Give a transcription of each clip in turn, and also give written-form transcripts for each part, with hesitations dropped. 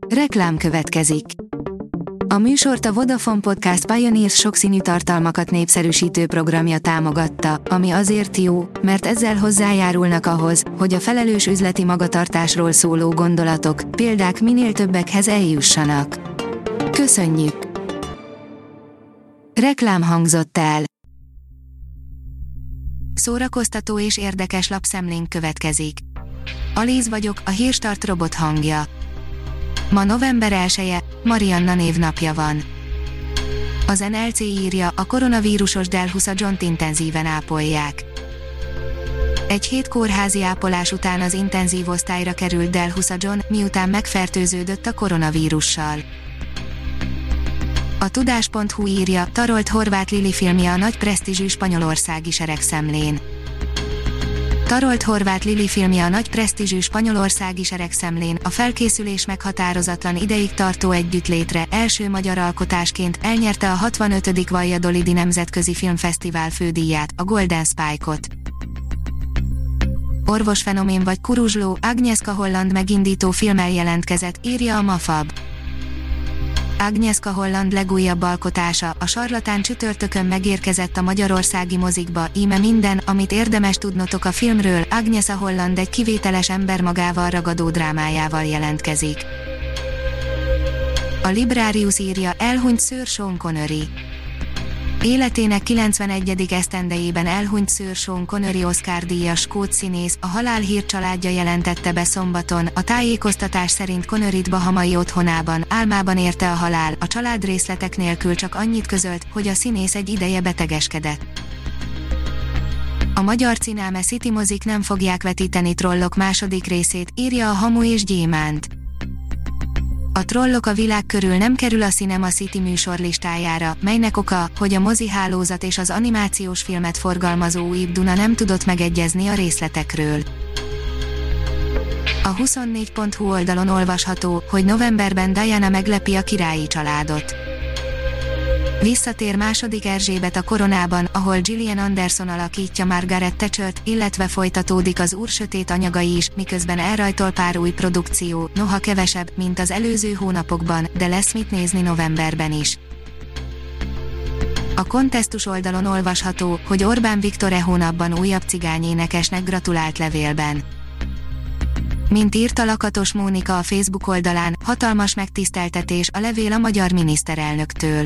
Reklám következik. A műsort a Vodafone Podcast Pioneers sokszínű tartalmakat népszerűsítő programja támogatta, ami azért jó, mert ezzel hozzájárulnak ahhoz, hogy a felelős üzleti magatartásról szóló gondolatok, példák minél többekhez eljussanak. Köszönjük! Reklám hangzott el. Szórakoztató és érdekes lapszemlénk következik. Alíz vagyok, a Hírstart robot hangja. Ma november 1-e, Marianna névnapja van. Az NLC írja, a koronavírusos Delhusa Johnt intenzíven ápolják. Egy hét kórházi ápolás után az intenzív osztályra került Delhusa John, miután megfertőződött a koronavírussal. A tudás.hu írja, tarolt Horváth Lili filmje a nagy presztízsű spanyolországi seregszemlén. Tarolt Horváth Lili filmje a nagy presztízsű spanyolországi seregszemlén, a felkészülés meghatározatlan ideig tartó együttlétre első magyar alkotásként elnyerte a 65. Valladolidi Nemzetközi Filmfesztivál fődíját, a Golden Spike-ot. Orvosfenomén vagy kuruzsló, Agnieszka Holland megindító filmmel jelentkezett, írja a Mafab. Agnieszka Holland legújabb alkotása, a Sarlatán csütörtökön megérkezett a magyarországi mozikba, íme minden, amit érdemes tudnotok a filmről, Agnieszka Holland egy kivételes ember magával ragadó drámájával jelentkezik. A Librarius írja, elhunyt Sir Sean Connery. Életének 91. esztendejében elhunyt Sir Sean Connery Oscar-díjas skót színész, a halálhír családja jelentette be szombaton, a tájékoztatás szerint Conneryt bahamai otthonában, álmában érte a halál, a család részletek nélkül csak annyit közölt, hogy a színész egy ideje betegeskedett. A magyar Cinema City mozik nem fogják vetíteni Trollok második részét, írja a Hamu és Gyémánt. A Trollok a világ körül nem kerül a Cinema City műsor listájára, melynek oka, hogy a mozihálózat és az animációs filmet forgalmazó új Duna nem tudott megegyezni a részletekről. A 24.hu oldalon olvasható, hogy novemberben Diana meglepi a királyi családot. Visszatér második Erzsébet a Koronában, ahol Gillian Anderson alakítja Margaret Thatchert, illetve folytatódik az Úr sötét anyagai is, miközben elrajtol pár új produkció, noha kevesebb, mint az előző hónapokban, de lesz mit nézni novemberben is. A Kontesztus oldalon olvasható, hogy Orbán Viktor e hónapban újabb cigányénekesnek gratulált levélben. Mint írta Lakatos Mónika a Facebook oldalán, hatalmas megtiszteltetés a levél a magyar miniszterelnöktől.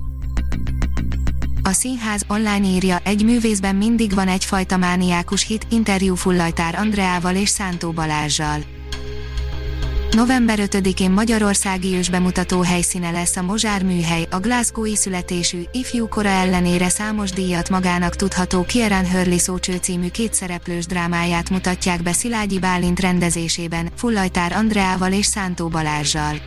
A Színház online írja, egy művészben mindig van egyfajta mániákus hit, interjú Fullajtár Andreával és Szántó Balázssal. November 5-én magyarországi ősbemutató helyszíne lesz a Mozsár műhely, a glasgowi születésű, ifjú kora ellenére számos díjat magának tudható Kieran Hurley Szócső című kétszereplős drámáját mutatják be Szilágyi Bálint rendezésében, Fullajtár Andreával és Szántó Balázssal.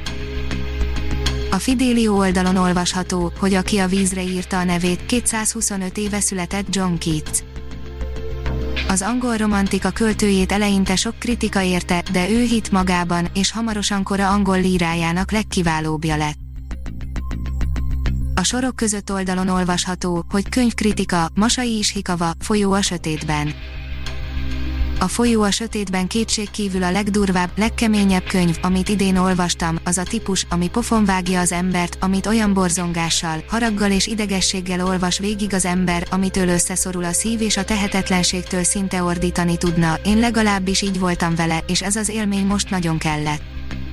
A Fidelio oldalon olvasható, hogy aki a vízre írta a nevét, 225 éve született John Keats. Az angol romantika költőjét eleinte sok kritika érte, de ő hitt magában, és hamarosan kora angol lírájának legkiválóbbja lett. A sorok között oldalon olvasható, hogy könyvkritika, Masai Ishikawa, Folyó a sötétben. A Folyó a sötétben kétségkívül a legdurvább, legkeményebb könyv, amit idén olvastam, az a típus, ami pofonvágja az embert, amit olyan borzongással, haraggal és idegességgel olvas végig az ember, amitől összeszorul a szív és a tehetetlenségtől szinte ordítani tudna, én legalábbis így voltam vele, és ez az élmény most nagyon kellett.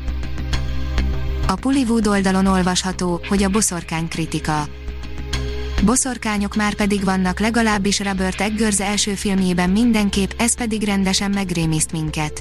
A Pullywood oldalon olvasható, hogy a boszorkány kritika. Boszorkányok már pedig vannak, legalábbis Robert Eggers első filmjében mindenképp, ez pedig rendesen megrémiszt minket.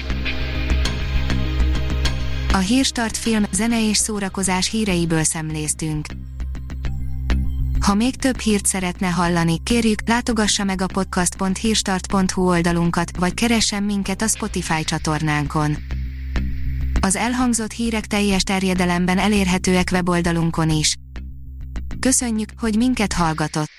A Hírstart film, zene és szórakozás híreiből szemléztünk. Ha még több hírt szeretne hallani, kérjük, látogassa meg a podcast.hírstart.hu oldalunkat, vagy keressen minket a Spotify csatornánkon. Az elhangzott hírek teljes terjedelemben elérhetőek weboldalunkon is. Köszönjük, hogy minket hallgatott!